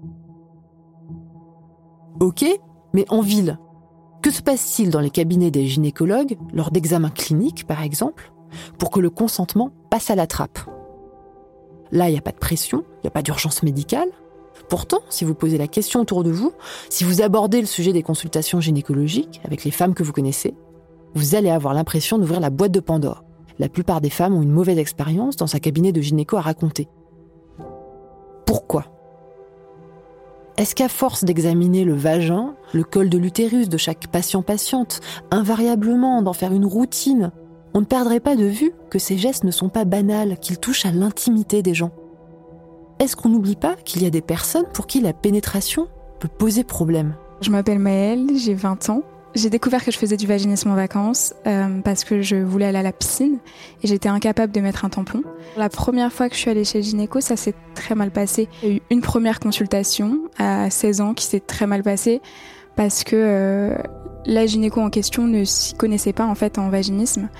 Ok, mais en ville, que se passe-t-il dans les cabinets des gynécologues, lors d'examens cliniques par exemple, pour que le consentement passe à la trappe? Là, il n'y a pas de pression, il n'y a pas d'urgence médicale. Pourtant, si vous posez la question autour de vous, si vous abordez le sujet des consultations gynécologiques avec les femmes que vous connaissez, vous allez avoir l'impression d'ouvrir la boîte de Pandore. La plupart des femmes ont une mauvaise expérience dans un cabinet de gynéco à raconter. Pourquoi ? Est-ce qu'à force d'examiner le vagin, le col de l'utérus de chaque patient-patiente, invariablement d'en faire une routine, on ne perdrait pas de vue que ces gestes ne sont pas banals, qu'ils touchent à l'intimité des gens? Est-ce qu'on n'oublie pas qu'il y a des personnes pour qui la pénétration peut poser problème? Je m'appelle Maëlle, j'ai 20 ans. J'ai découvert que je faisais du vaginisme en vacances parce que je voulais aller à la piscine et j'étais incapable de mettre un tampon. La première fois que je suis allée chez le gynéco, ça s'est très mal passé. Il y a eu une première consultation à 16 ans qui s'est très mal passée parce que la gynéco en question ne s'y connaissait pas en fait en vaginisme.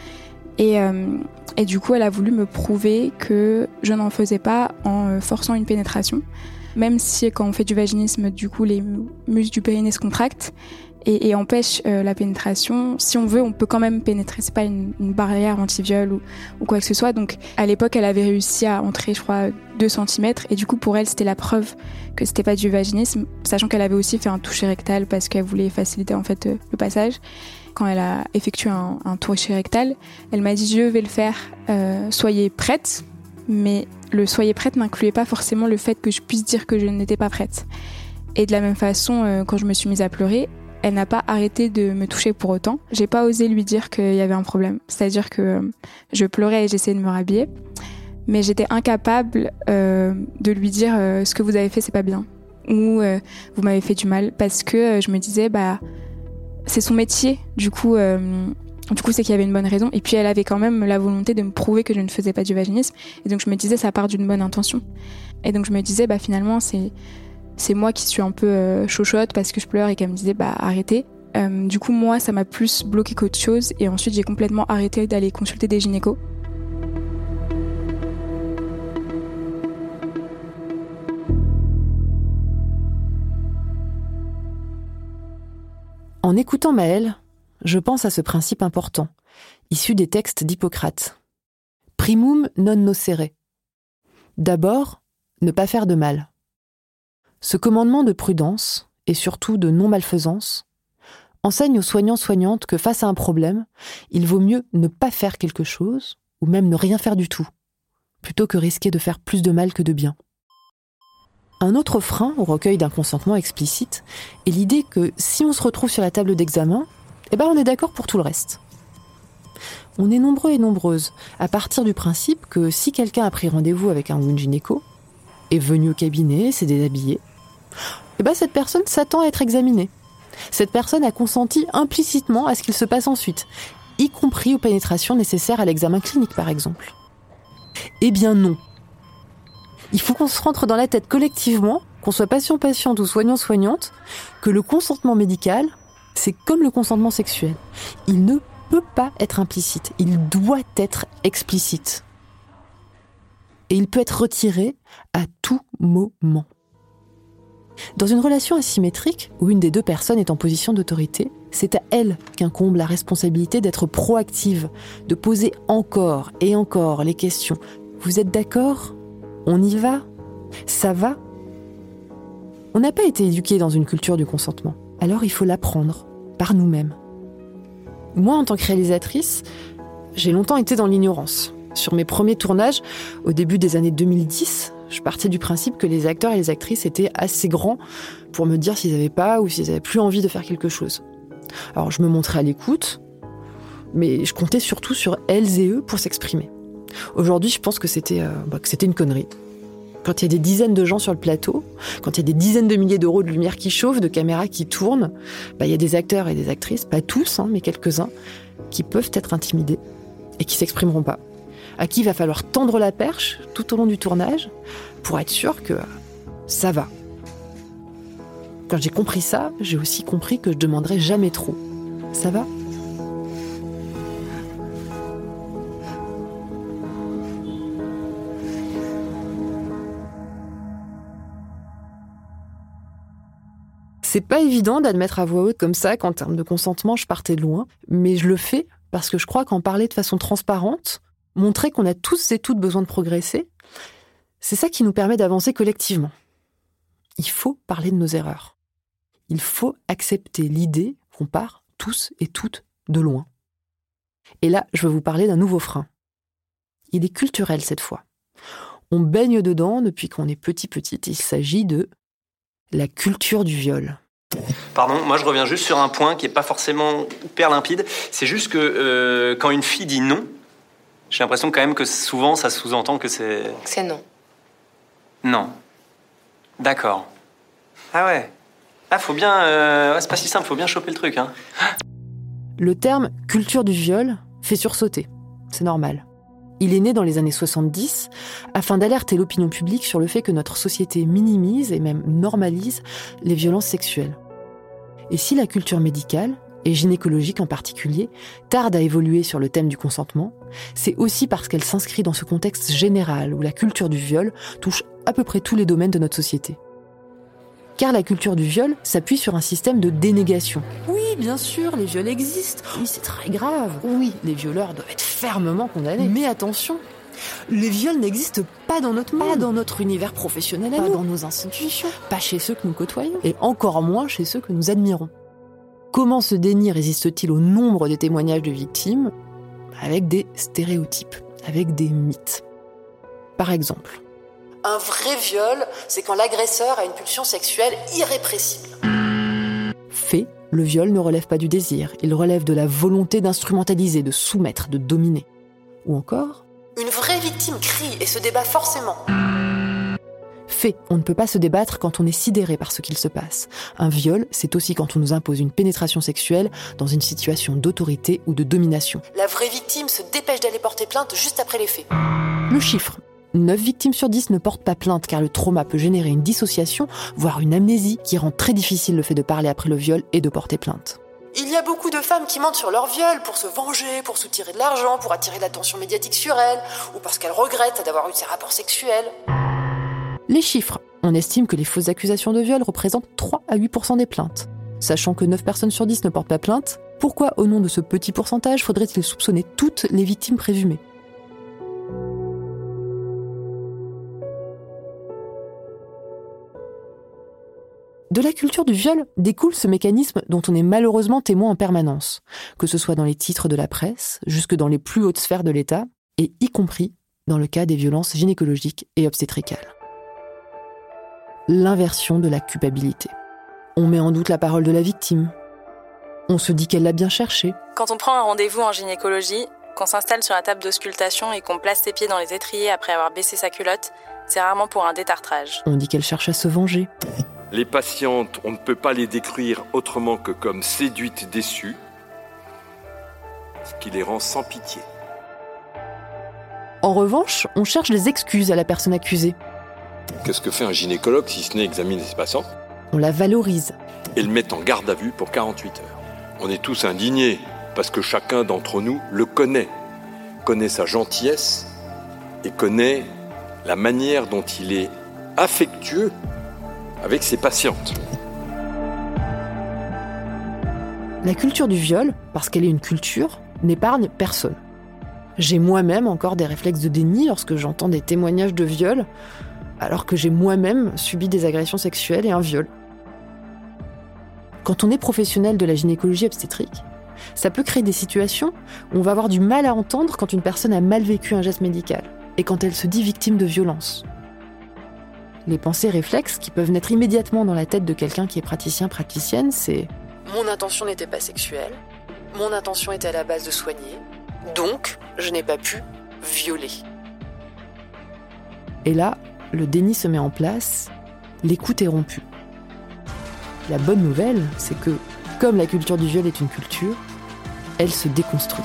Et du coup, elle a voulu me prouver que je n'en faisais pas en forçant une pénétration. Même si quand on fait du vaginisme, du coup, les muscles du périnée se contractent et empêchent la pénétration. Si on veut, on peut quand même pénétrer. C'est pas une barrière anti-viol ou quoi que ce soit. Donc, à l'époque, elle avait réussi à entrer, je crois, 2 cm. Et du coup, pour elle, c'était la preuve que c'était pas du vaginisme. Sachant qu'elle avait aussi fait un toucher rectal parce qu'elle voulait faciliter, en fait, le passage. Quand elle a effectué un toucher rectal, elle m'a dit « je vais le faire, soyez prête ». Mais le « soyez prête » n'incluait pas forcément le fait que je puisse dire que je n'étais pas prête. Et de la même façon, quand je me suis mise à pleurer, elle n'a pas arrêté de me toucher pour autant. J'ai pas osé lui dire qu'il y avait un problème. C'est-à-dire que je pleurais et j'essayais de me rhabiller. Mais j'étais incapable de lui dire « ce que vous avez fait, c'est pas bien » ou « vous m'avez fait du mal » parce que je me disais c'est son métier, du coup c'est qu'il y avait une bonne raison. Et puis elle avait quand même la volonté de me prouver que je ne faisais pas du vaginisme. Et donc je me disais, ça part d'une bonne intention. Et donc je me disais, finalement, c'est moi qui suis un peu chochotte parce que je pleure et qu'elle me disait, arrêtez. Du coup, moi, ça m'a plus bloqué qu'autre chose. Et ensuite, j'ai complètement arrêté d'aller consulter des gynécos. En écoutant Maëlle, je pense à ce principe important, issu des textes d'Hippocrate. Primum non nocere. D'abord, ne pas faire de mal. Ce commandement de prudence, et surtout de non-malfaisance, enseigne aux soignants-soignantes que face à un problème, il vaut mieux ne pas faire quelque chose, ou même ne rien faire du tout, plutôt que risquer de faire plus de mal que de bien. Un autre frein au recueil d'un consentement explicite est l'idée que si on se retrouve sur la table d'examen, on est d'accord pour tout le reste. On est nombreux et nombreuses à partir du principe que si quelqu'un a pris rendez-vous avec un ou une gynéco, est venu au cabinet, s'est déshabillé, cette personne s'attend à être examinée. Cette personne a consenti implicitement à ce qu'il se passe ensuite, y compris aux pénétrations nécessaires à l'examen clinique par exemple. Eh bien non. Il faut qu'on se rentre dans la tête collectivement, qu'on soit patient-patiente ou soignant-soignante, que le consentement médical, c'est comme le consentement sexuel. Il ne peut pas être implicite, il doit être explicite. Et il peut être retiré à tout moment. Dans une relation asymétrique, où une des deux personnes est en position d'autorité, c'est à elle qu'incombe la responsabilité d'être proactive, de poser encore et encore les questions. Vous êtes d'accord ? On y va ? Ça va ? On n'a pas été éduqués dans une culture du consentement. Alors il faut l'apprendre, par nous-mêmes. Moi, en tant que réalisatrice, j'ai longtemps été dans l'ignorance. Sur mes premiers tournages, au début des années 2010, je partais du principe que les acteurs et les actrices étaient assez grands pour me dire s'ils n'avaient pas ou s'ils n'avaient plus envie de faire quelque chose. Alors je me montrais à l'écoute, mais je comptais surtout sur elles et eux pour s'exprimer. Aujourd'hui, je pense que c'était une connerie. Quand il y a des dizaines de gens sur le plateau, quand il y a des dizaines de milliers d'euros de lumière qui chauffent, de caméras qui tournent, il y a des acteurs et des actrices, pas tous, mais quelques-uns, qui peuvent être intimidés et qui s'exprimeront pas. À qui il va falloir tendre la perche tout au long du tournage pour être sûr que ça va. Quand j'ai compris ça, j'ai aussi compris que je demanderais jamais trop. Ça va ? C'est pas évident d'admettre à voix haute comme ça qu'en termes de consentement, je partais de loin, mais je le fais parce que je crois qu'en parler de façon transparente, montrer qu'on a tous et toutes besoin de progresser, c'est ça qui nous permet d'avancer collectivement. Il faut parler de nos erreurs. Il faut accepter l'idée qu'on part tous et toutes de loin. Et là, je veux vous parler d'un nouveau frein. Il est culturel cette fois. On baigne dedans depuis qu'on est petite. Il s'agit de la culture du viol. Pardon, moi je reviens juste sur un point qui n'est pas forcément hyper limpide. C'est juste que quand une fille dit non, j'ai l'impression quand même que souvent ça sous-entend que c'est... C'est non. Non. D'accord. Ah ouais. Ah, faut bien... c'est pas si simple, faut bien choper le truc, hein. Le terme « culture du viol » fait sursauter. C'est normal. Il est né dans les années 70 afin d'alerter l'opinion publique sur le fait que notre société minimise et même normalise les violences sexuelles. Et si la culture médicale, et gynécologique en particulier, tarde à évoluer sur le thème du consentement, c'est aussi parce qu'elle s'inscrit dans ce contexte général où la culture du viol touche à peu près tous les domaines de notre société. Car la culture du viol s'appuie sur un système de dénégation. Oui, bien sûr, les viols existent. Oui, c'est très grave. Oui, les violeurs doivent être fermement condamnés. Mais attention, les viols n'existent pas dans notre monde, pas dans notre univers professionnel à nous, pas dans nos institutions, pas chez ceux que nous côtoyons, et encore moins chez ceux que nous admirons. Comment ce déni résiste-t-il au nombre de témoignages de victimes ? Avec des stéréotypes, avec des mythes. Par exemple, un vrai viol, c'est quand l'agresseur a une pulsion sexuelle irrépressible. Fait, le viol ne relève pas du désir, il relève de la volonté d'instrumentaliser, de soumettre, de dominer. Ou encore, une vraie victime crie et se débat forcément. Fait, on ne peut pas se débattre quand on est sidéré par ce qu'il se passe. Un viol, c'est aussi quand on nous impose une pénétration sexuelle dans une situation d'autorité ou de domination. La vraie victime se dépêche d'aller porter plainte juste après les faits. Le chiffre. 9 victimes sur 10 ne portent pas plainte car le trauma peut générer une dissociation, voire une amnésie qui rend très difficile le fait de parler après le viol et de porter plainte. Il y a beaucoup de femmes qui mentent sur leur viol pour se venger, pour soutirer de l'argent, pour attirer l'attention médiatique sur elles, ou parce qu'elles regrettent d'avoir eu ces rapports sexuels. Les chiffres. On estime que les fausses accusations de viol représentent 3 à 8% des plaintes. Sachant que 9 personnes sur 10 ne portent pas plainte, pourquoi au nom de ce petit pourcentage faudrait-il soupçonner toutes les victimes présumées ? De la culture du viol découle ce mécanisme dont on est malheureusement témoin en permanence, que ce soit dans les titres de la presse, jusque dans les plus hautes sphères de l'État, et y compris dans le cas des violences gynécologiques et obstétricales. L'inversion de la culpabilité. On met en doute la parole de la victime. On se dit qu'elle l'a bien cherché. Quand on prend un rendez-vous en gynécologie, qu'on s'installe sur la table d'auscultation et qu'on place ses pieds dans les étriers après avoir baissé sa culotte, c'est rarement pour un détartrage. On dit qu'elle cherche à se venger. Les patientes, on ne peut pas les décrire autrement que comme séduites déçues, ce qui les rend sans pitié. En revanche, on cherche des excuses à la personne accusée. Qu'est-ce que fait un gynécologue si ce n'est examiner ses patientes ? On la valorise. Et le met en garde à vue pour 48 heures. On est tous indignés, parce que chacun d'entre nous le connaît sa gentillesse et connaît la manière dont il est affectueux avec ses patientes. La culture du viol, parce qu'elle est une culture, n'épargne personne. J'ai moi-même encore des réflexes de déni lorsque j'entends des témoignages de viol, alors que j'ai moi-même subi des agressions sexuelles et un viol. Quand on est professionnel de la gynécologie obstétrique, ça peut créer des situations où on va avoir du mal à entendre quand une personne a mal vécu un geste médical et quand elle se dit victime de violence. Les pensées réflexes qui peuvent naître immédiatement dans la tête de quelqu'un qui est praticien-praticienne, c'est « Mon intention n'était pas sexuelle. Mon intention était à la base de soigner. Donc, je n'ai pas pu violer. Et là, le déni se met en place, l'écoute est rompue. La bonne nouvelle, c'est que, comme la culture du viol est une culture, elle se déconstruit.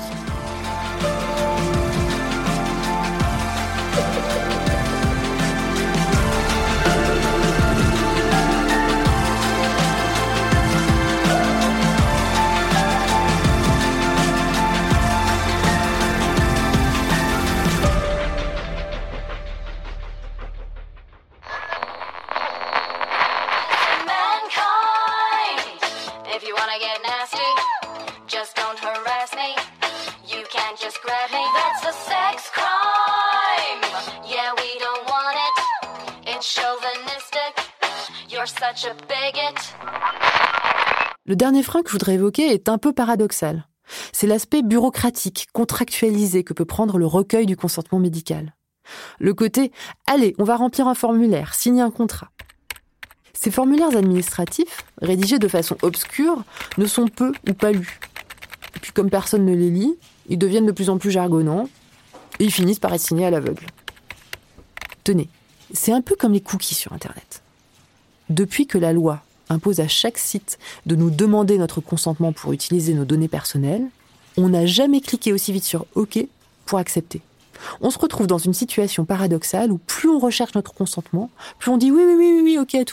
Le dernier frein que je voudrais évoquer est un peu paradoxal. C'est l'aspect bureaucratique, contractualisé que peut prendre le recueil du consentement médical. Le côté « allez, on va remplir un formulaire, signer un contrat ». Ces formulaires administratifs, rédigés de façon obscure, ne sont peu ou pas lus. Et puis comme personne ne les lit, ils deviennent de plus en plus jargonnants et ils finissent par être signés à l'aveugle. Tenez, c'est un peu comme les cookies sur Internet. Depuis que la loi impose à chaque site de nous demander notre consentement pour utiliser nos données personnelles, on n'a jamais cliqué aussi vite sur « OK » pour accepter. On se retrouve dans une situation paradoxale où plus on recherche notre consentement, plus on dit « oui, OK à tout ».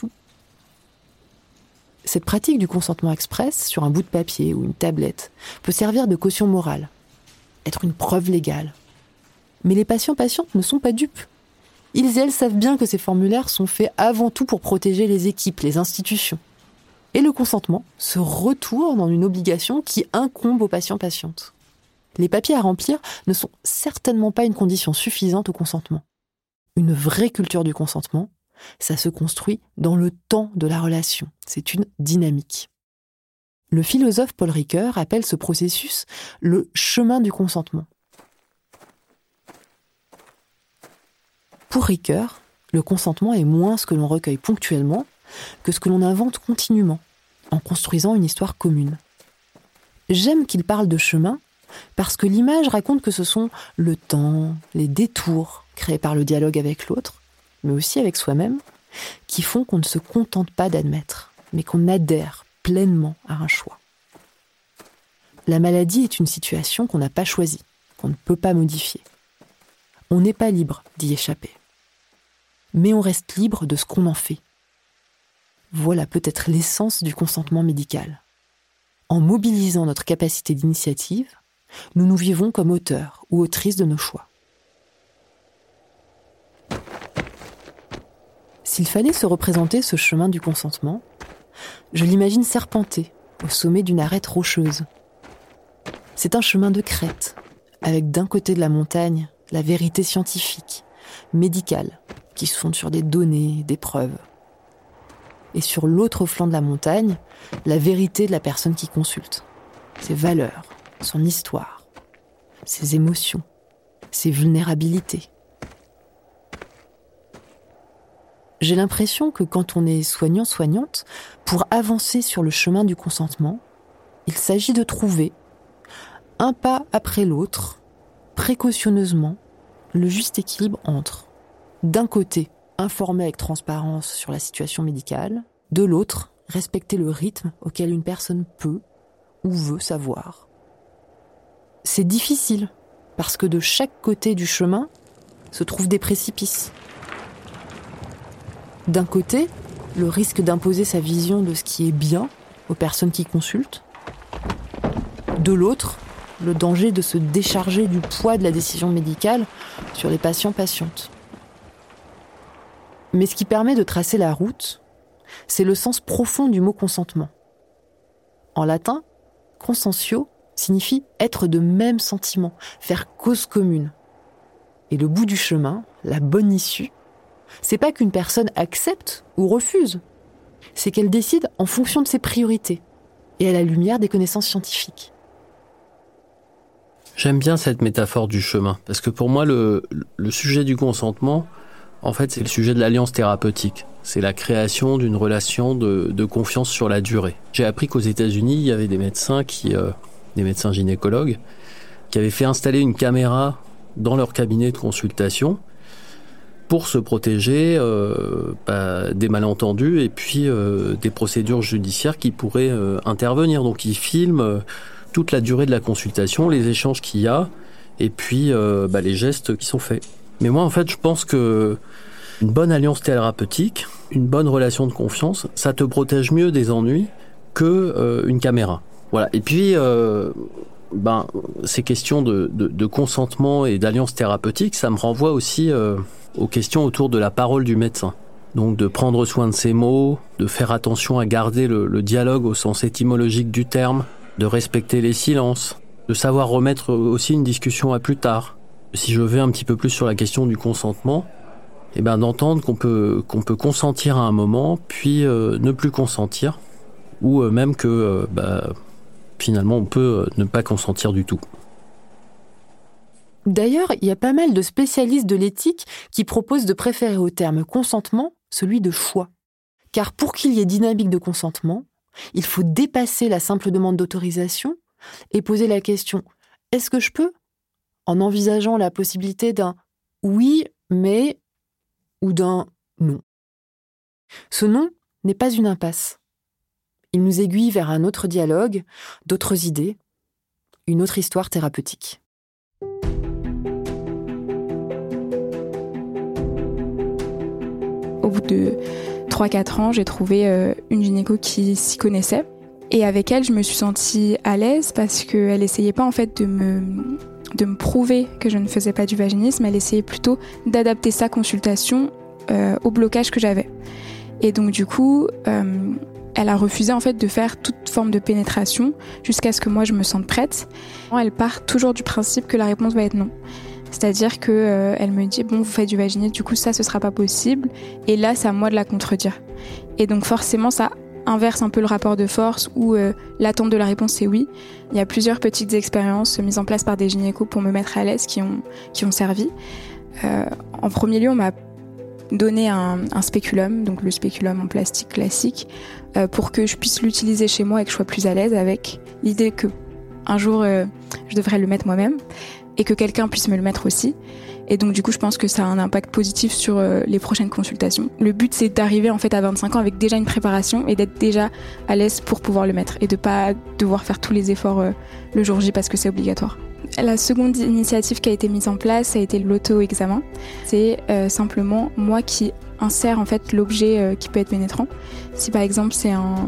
Cette pratique du consentement express sur un bout de papier ou une tablette peut servir de caution morale, être une preuve légale. Mais les patients-patientes ne sont pas dupes. Ils et elles savent bien que ces formulaires sont faits avant tout pour protéger les équipes, les institutions. Et le consentement se retourne en une obligation qui incombe aux patients-patientes. Les papiers à remplir ne sont certainement pas une condition suffisante au consentement. Une vraie culture du consentement, ça se construit dans le temps de la relation. C'est une dynamique. Le philosophe Paul Ricoeur appelle ce processus le chemin du consentement. Pour Ricoeur, le consentement est moins ce que l'on recueille ponctuellement que ce que l'on invente continuellement, en construisant une histoire commune. J'aime qu'il parle de chemin parce que l'image raconte que ce sont le temps, les détours créés par le dialogue avec l'autre, mais aussi avec soi-même, qui font qu'on ne se contente pas d'admettre, mais qu'on adhère pleinement à un choix. La maladie est une situation qu'on n'a pas choisie, qu'on ne peut pas modifier. On n'est pas libre d'y échapper. Mais on reste libre de ce qu'on en fait. Voilà peut-être l'essence du consentement médical. En mobilisant notre capacité d'initiative, nous nous vivons comme auteurs ou autrices de nos choix. S'il fallait se représenter ce chemin du consentement, je l'imagine serpenter au sommet d'une arête rocheuse. C'est un chemin de crête, avec d'un côté de la montagne la vérité scientifique, médicale, qui se fonde sur des données, des preuves. Et sur l'autre flanc de la montagne, la vérité de la personne qui consulte. Ses valeurs, son histoire, ses émotions, ses vulnérabilités. J'ai l'impression que quand on est soignant-soignante, pour avancer sur le chemin du consentement, il s'agit de trouver, un pas après l'autre, précautionneusement, le juste équilibre entre, d'un côté, informer avec transparence sur la situation médicale, de l'autre, respecter le rythme auquel une personne peut ou veut savoir. C'est difficile, parce que de chaque côté du chemin se trouvent des précipices. D'un côté, le risque d'imposer sa vision de ce qui est bien aux personnes qui consultent. De l'autre, le danger de se décharger du poids de la décision médicale sur les patients-patientes. Mais ce qui permet de tracer la route, c'est le sens profond du mot consentement. En latin, consentio signifie être de même sentiment, faire cause commune. Et le bout du chemin, la bonne issue, c'est pas qu'une personne accepte ou refuse, c'est qu'elle décide en fonction de ses priorités et à la lumière des connaissances scientifiques. J'aime bien cette métaphore du chemin, parce que pour moi, le sujet du consentement, En fait, c'est le sujet de l'alliance thérapeutique. C'est la création d'une relation de confiance sur la durée. J'ai appris qu'aux États-Unis, il y avait des médecins des médecins gynécologues, qui avaient fait installer une caméra dans leur cabinet de consultation pour se protéger des malentendus et puis des procédures judiciaires qui pourraient intervenir. Donc ils filment toute la durée de la consultation, les échanges qu'il y a et puis les gestes qui sont faits. Mais moi, en fait, je pense que une bonne alliance thérapeutique, une bonne relation de confiance, ça te protège mieux des ennuis que une caméra. Voilà. Et puis, ces questions de consentement et d'alliance thérapeutique, ça me renvoie aussi aux questions autour de la parole du médecin. Donc, de prendre soin de ses mots, de faire attention à garder le dialogue au sens étymologique du terme, de respecter les silences, de savoir remettre aussi une discussion à plus tard. Si je vais un petit peu plus sur la question du consentement, d'entendre qu'on peut consentir à un moment, puis ne plus consentir, ou même que finalement on peut ne pas consentir du tout. D'ailleurs, il y a pas mal de spécialistes de l'éthique qui proposent de préférer au terme consentement celui de choix. Car pour qu'il y ait dynamique de consentement, il faut dépasser la simple demande d'autorisation et poser la question « est-ce que je peux ?» en envisageant la possibilité d'un « oui, mais » ou d'un « non ». Ce non n'est pas une impasse. Il nous aiguille vers un autre dialogue, d'autres idées, une autre histoire thérapeutique. Au bout de 3-4 ans, j'ai trouvé une gynéco qui s'y connaissait. Et avec elle, je me suis sentie à l'aise parce qu'elle essayait pas en fait de me prouver que je ne faisais pas du vaginisme, elle essayait plutôt d'adapter sa consultation au blocage que j'avais. Et donc du coup, elle a refusé en fait de faire toute forme de pénétration jusqu'à ce que moi je me sente prête. Elle part toujours du principe que la réponse va être non. C'est-à-dire que elle me dit bon, vous faites du vaginisme, du coup ça ce sera pas possible. Et là c'est à moi de la contredire. Et donc forcément ça inverse un peu le rapport de force où l'attente de la réponse c'est oui. Il y a plusieurs petites expériences mises en place par des gynécos pour me mettre à l'aise qui ont servi. En premier lieu, on m'a donné un spéculum, donc le spéculum en plastique classique, pour que je puisse l'utiliser chez moi et que je sois plus à l'aise avec l'idée que un jour je devrais le mettre moi-même et que quelqu'un puisse me le mettre aussi. Et donc du coup, je pense que ça a un impact positif sur les prochaines consultations. Le but, c'est d'arriver en fait à 25 ans avec déjà une préparation et d'être déjà à l'aise pour pouvoir le mettre et de pas devoir faire tous les efforts le jour J parce que c'est obligatoire. La seconde initiative qui a été mise en place, ça a été l'auto-examen. C'est simplement moi qui insère en fait l'objet qui peut être pénétrant. Si par exemple c'est un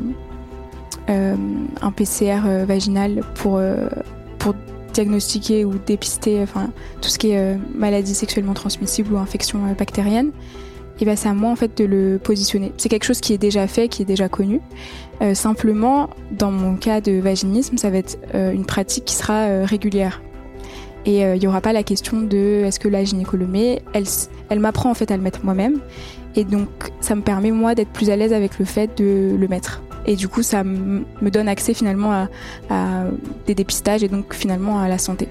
PCR vaginal pour diagnostiquer ou dépister tout ce qui est maladie sexuellement transmissible ou infection bactérienne, et c'est à moi en fait de le positionner. C'est quelque chose qui est déjà fait, qui est déjà connu. Simplement, dans mon cas de vaginisme, ça va être une pratique qui sera régulière. Et il n'y aura pas la question de est-ce que la gynéco le met. Elle m'apprend en fait à le mettre moi-même. Et donc, ça me permet moi d'être plus à l'aise avec le fait de le mettre. Et du coup, ça me donne accès finalement à des dépistages et donc finalement à la santé.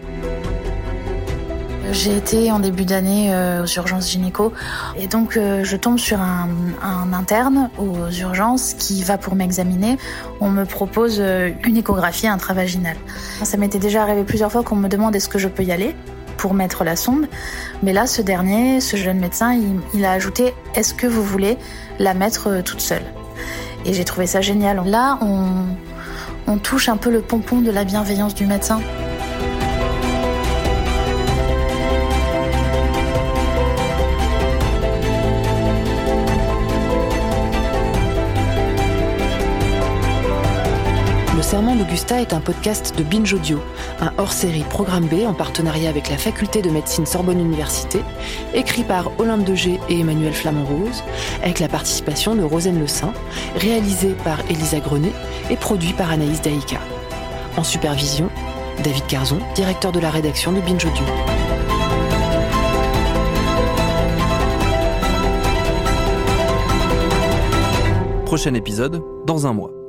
J'ai été en début d'année aux urgences gynéco et donc je tombe sur un interne aux urgences qui va pour m'examiner. On me propose une échographie intravaginale. Ça m'était déjà arrivé plusieurs fois qu'on me demande est-ce que je peux y aller pour mettre la sonde. Mais là, ce jeune médecin, il a ajouté est-ce que vous voulez la mettre toute seule ? Et j'ai trouvé ça génial. Là, on touche un peu le pompon de la bienveillance du médecin. Le Serment d'Augusta est un podcast de Binge Audio, un hors-série Programme B en partenariat avec la faculté de médecine Sorbonne Université, écrit par Olympe Degé et Emmanuel Flamand-Rose, avec la participation de Rosane Le Saint, réalisé par Elisa Grenet et produit par Anaïs Daïka. En supervision, David Carzon, directeur de la rédaction de Binge Audio. Prochain épisode, dans un mois.